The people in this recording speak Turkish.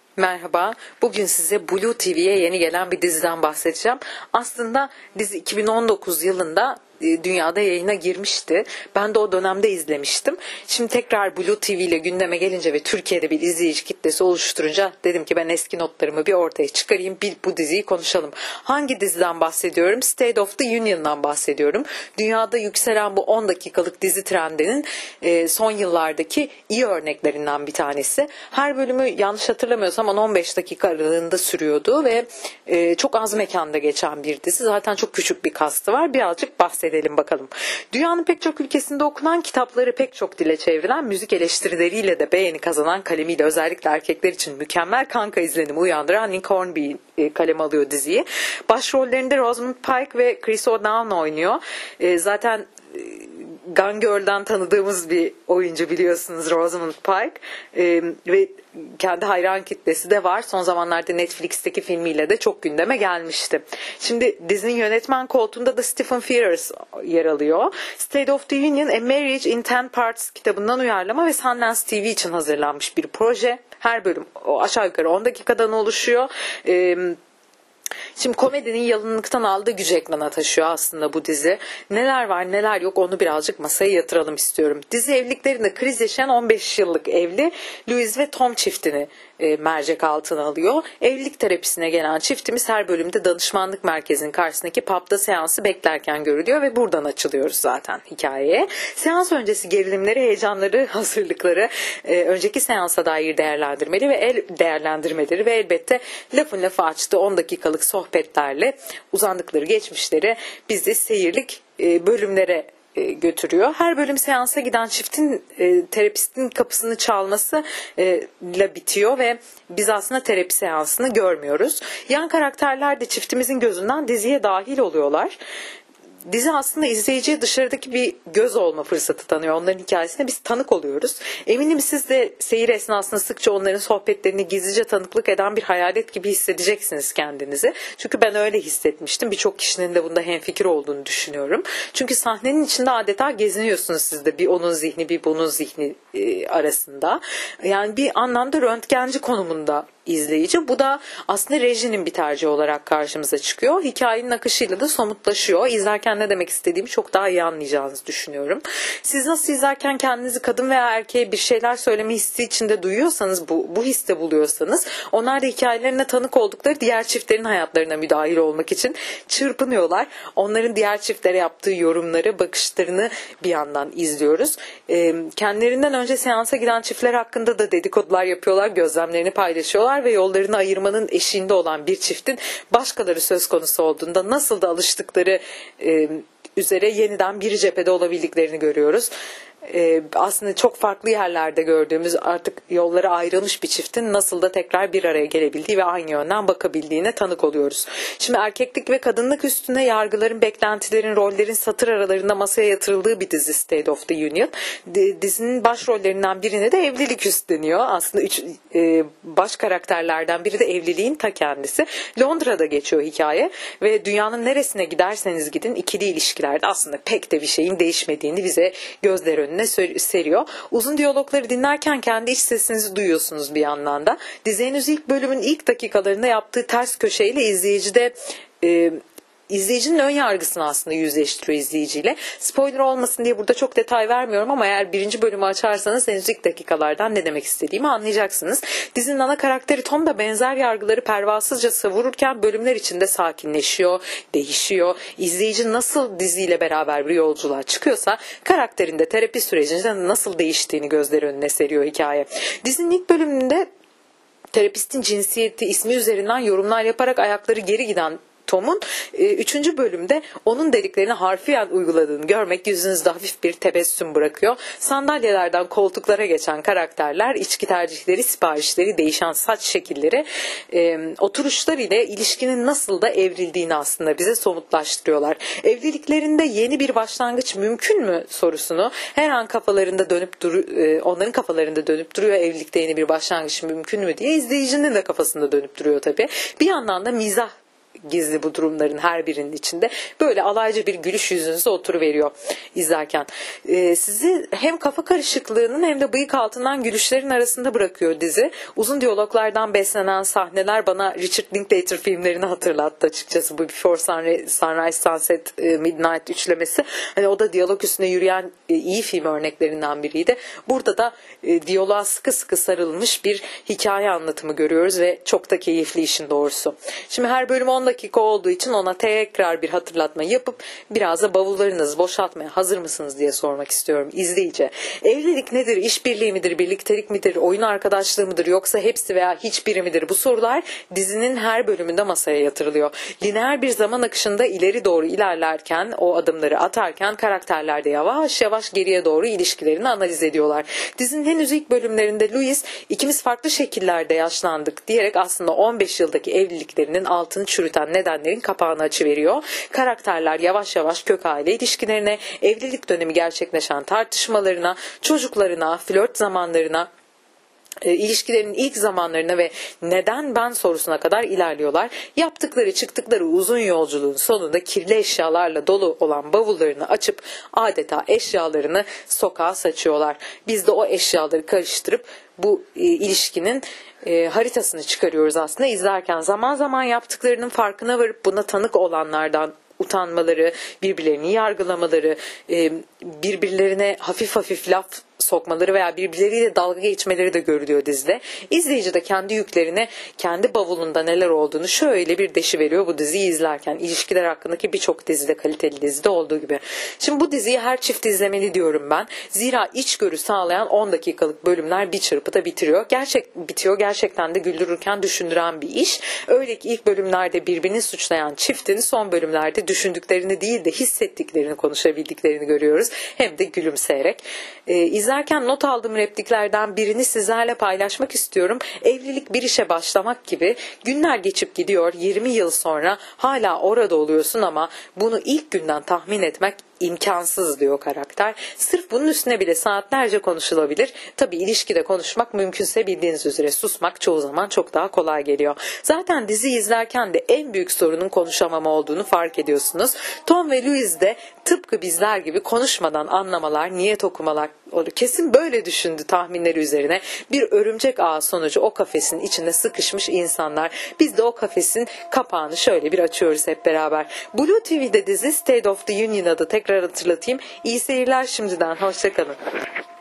Merhaba, bugün size Blue TV'ye yeni gelen bir diziden bahsedeceğim. Aslında dizi 2019 yılında dünyada yayına girmişti. Ben de o dönemde izlemiştim. Şimdi tekrar Blue TV ile gündeme gelince ve Türkiye'de bir izleyici kitlesi oluşturunca dedim ki ben eski notlarımı bir ortaya çıkarayım, bu diziyi konuşalım. Hangi diziden bahsediyorum? State of the Union'dan bahsediyorum. Dünyada yükselen bu 10 dakikalık dizi trendinin son yıllardaki iyi örneklerinden bir tanesi. Her bölümü yanlış hatırlamıyorsam 10-15 dakika aralığında sürüyordu ve çok az mekanda geçen bir dizi. Zaten çok küçük bir kastı var. Birazcık bahsedelim bakalım. Dünyanın pek çok ülkesinde okunan, kitapları pek çok dile çevrilen, müzik eleştirileriyle de beğeni kazanan, kalemiyle özellikle erkekler için mükemmel kanka izlenimi uyandıran Nick Hornby kaleme alıyor diziyi. Başrollerinde Rosamund Pike ve Chris O'Dowd oynuyor. Zaten Gone Girl'dan tanıdığımız bir oyuncu biliyorsunuz, Rosamund Pike. Ve kendi hayran kitlesi de var. Son zamanlarda Netflix'teki filmiyle de çok gündeme gelmişti. Şimdi dizinin yönetmen koltuğunda da Stephen Frears yer alıyor. State of the Union, A Marriage in 10 Parts kitabından uyarlama ve Sundance TV için hazırlanmış bir proje. Her bölüm aşağı yukarı 10 dakikadan oluşuyor. Şimdi komedinin yalınlıktan aldığı gücü ekrana taşıyor aslında bu dizi. Neler var neler yok onu birazcık masaya yatıralım istiyorum. Dizi evliliklerinde kriz yaşayan 15 yıllık evli Louise ve Tom çiftini mercek altına alıyor. Evlilik terapisine gelen çiftimiz her bölümde danışmanlık merkezinin karşısındaki pub'da seansı beklerken görülüyor ve buradan açılıyoruz zaten hikayeye. Seans öncesi gerilimleri, heyecanları, hazırlıkları, önceki seansa dair değerlendirmeleri ve elbette lafın lafı açtığı 10 dakikalık sohbetlerle uzandıkları geçmişleri bizi seyirlik bölümlere götürüyor. Her bölüm seansa giden çiftin terapistin kapısını çalması ile bitiyor ve biz aslında terapi seansını görmüyoruz. Yan karakterler de çiftimizin gözünden diziye dahil oluyorlar. Dizi aslında izleyiciye dışarıdaki bir göz olma fırsatı tanıyor. Onların hikayesine biz tanık oluyoruz. Eminim siz de seyir esnasında sıkça onların sohbetlerini gizlice tanıklık eden bir hayalet gibi hissedeceksiniz kendinizi. Çünkü ben öyle hissetmiştim. Birçok kişinin de bunda hemfikir olduğunu düşünüyorum. Çünkü sahnenin içinde adeta geziniyorsunuz siz de. Bir onun zihni bir bunun zihni arasında. Yani bir anlamda röntgenci konumunda izleyici. Bu da aslında rejinin bir tercihi olarak karşımıza çıkıyor. Hikayenin akışıyla da somutlaşıyor. İzlerken ne demek istediğimi çok daha iyi anlayacağınızı düşünüyorum. Siz nasıl izlerken kendinizi kadın veya erkeğe bir şeyler söyleme hissi içinde duyuyorsanız, bu hisse buluyorsanız, onlar da hikayelerine tanık oldukları diğer çiftlerin hayatlarına müdahil olmak için çırpınıyorlar. Onların diğer çiftlere yaptığı yorumları, bakışlarını bir yandan izliyoruz. Kendilerinden önce seansa giden çiftler hakkında da dedikodular yapıyorlar, gözlemlerini paylaşıyorlar ve yollarını ayırmanın eşiğinde olan bir çiftin başkaları söz konusu olduğunda nasıl da alıştıkları üzere yeniden bir cephede olabildiklerini görüyoruz. Aslında çok farklı yerlerde gördüğümüz, artık yolları ayrılmış bir çiftin nasıl da tekrar bir araya gelebildiği ve aynı yönden bakabildiğine tanık oluyoruz. Şimdi erkeklik ve kadınlık üstüne yargıların, beklentilerin, rollerin satır aralarında masaya yatırıldığı bir dizi State of the Union. Dizinin başrollerinden birine de evlilik üstleniyor. Aslında baş karakterlerden biri de evliliğin ta kendisi. Londra'da geçiyor hikaye ve dünyanın neresine giderseniz gidin ikili ilişkilerde aslında pek de bir şeyin değişmediğini bize gözler önüne seriyor. Uzun diyalogları dinlerken kendi iç sesinizi duyuyorsunuz bir yandan da. Dizinin ilk bölümün ilk dakikalarında yaptığı ters köşeyle izleyicinin ön yargısını aslında yüzleştiriyor izleyiciyle. Spoiler olmasın diye burada çok detay vermiyorum ama eğer birinci bölümü açarsanız henüz ilk dakikalardan ne demek istediğimi anlayacaksınız. Dizinin ana karakteri Tom da benzer yargıları pervasızca savururken bölümler içinde sakinleşiyor, değişiyor. İzleyici nasıl diziyle beraber bir yolculuğa çıkıyorsa karakterin de terapi sürecinde nasıl değiştiğini gözler önüne seriyor hikaye. Dizinin ilk bölümünde terapistin cinsiyeti, ismi üzerinden yorumlar yaparak ayakları geri giden Tom'un 3. bölümde onun dediklerini harfiyen uyguladığını görmek yüzünüzde hafif bir tebessüm bırakıyor. Sandalyelerden koltuklara geçen karakterler, içki tercihleri, siparişleri, değişen saç şekilleri, oturuşlar ile ilişkinin nasıl da evrildiğini aslında bize somutlaştırıyorlar. Evliliklerinde yeni bir başlangıç mümkün mü sorusunu her an onların kafalarında dönüp duruyor. Evlilikte yeni bir başlangıç mümkün mü diye izleyicinin de kafasında dönüp duruyor tabii. Bir yandan da mizah gizli bu durumların her birinin içinde. Böyle alaycı bir gülüş yüzünüze oturuveriyor izlerken. Sizi hem kafa karışıklığının hem de bıyık altından gülüşlerin arasında bırakıyor dizi. Uzun diyaloglardan beslenen sahneler bana Richard Linklater filmlerini hatırlattı açıkçası. Bu Before Sunrise, Sunset, Midnight üçlemesi. Hani o da diyalog üstüne yürüyen iyi film örneklerinden biriydi. Burada da diyaloğa sıkı sıkı sarılmış bir hikaye anlatımı görüyoruz ve çok da keyifli işin doğrusu. Şimdi her bölüm 10 dakika olduğu için ona tekrar bir hatırlatma yapıp biraz da bavullarınızı boşaltmaya hazır mısınız diye sormak istiyorum izleyici. Evlilik nedir? İşbirliği midir? Birliktelik midir? Oyun arkadaşlığı mıdır? Yoksa hepsi veya hiçbiri midir? Bu sorular dizinin her bölümünde masaya yatırılıyor. Lineer bir zaman akışında ileri doğru ilerlerken, o adımları atarken karakterler de yavaş yavaş geriye doğru ilişkilerini analiz ediyorlar. Dizinin henüz ilk bölümlerinde Louis ikimiz farklı şekillerde yaşlandık diyerek aslında 15 yıldaki evliliklerinin altını çürüten nedenlerin kapağını açıveriyor. Karakterler yavaş yavaş kök aile ilişkilerine, evlilik dönemi gerçekleşen tartışmalarına, çocuklarına, flört zamanlarına, ilişkilerin ilk zamanlarına ve neden ben sorusuna kadar ilerliyorlar. Yaptıkları çıktıkları uzun yolculuğun sonunda kirli eşyalarla dolu olan bavullarını açıp adeta eşyalarını sokağa saçıyorlar. Biz de o eşyaları karıştırıp bu ilişkinin haritasını çıkarıyoruz aslında izlerken. Zaman zaman yaptıklarının farkına varıp buna tanık olanlardan utanmaları, birbirlerini yargılamaları, birbirlerine hafif hafif laf sokmaları veya birbirleriyle dalga geçmeleri de görülüyor dizide. İzleyici de kendi yüklerine, kendi bavulunda neler olduğunu şöyle bir deşiveriyor bu diziyi izlerken. İlişkiler hakkındaki birçok dizide, kaliteli dizide olduğu gibi. Şimdi bu diziyi her çift izlemeli diyorum ben. Zira içgörü sağlayan 10 dakikalık bölümler bir çırpıda bitiyor. Gerçekten de güldürürken düşündüren bir iş. Öyle ki ilk bölümlerde birbirini suçlayan çiftin son bölümlerde düşündüklerini değil de hissettiklerini konuşabildiklerini görüyoruz. Hem de gülümseyerek. İzlerken not aldığım repliklerden birini sizlerle paylaşmak istiyorum. Evlilik bir işe başlamak gibi günler geçip gidiyor. 20 yıl sonra hala orada oluyorsun ama bunu ilk günden tahmin etmek imkansız diyor karakter. Sırf bunun üstüne bile saatlerce konuşulabilir. Tabii ilişkide konuşmak mümkünse bildiğiniz üzere susmak çoğu zaman çok daha kolay geliyor. Zaten dizi izlerken de en büyük sorunun konuşamama olduğunu fark ediyorsunuz. Tom ve Louis de tıpkı bizler gibi konuşmadan anlamalar, niyet okumalar kesin böyle düşündü tahminleri üzerine. Bir örümcek ağı sonucu o kafesin içinde sıkışmış insanlar. Biz de o kafesin kapağını şöyle bir açıyoruz hep beraber. Blue TV'de dizi State of the Union adı tekrar hatırlatayım. İyi seyirler şimdiden. Hoşçakalın.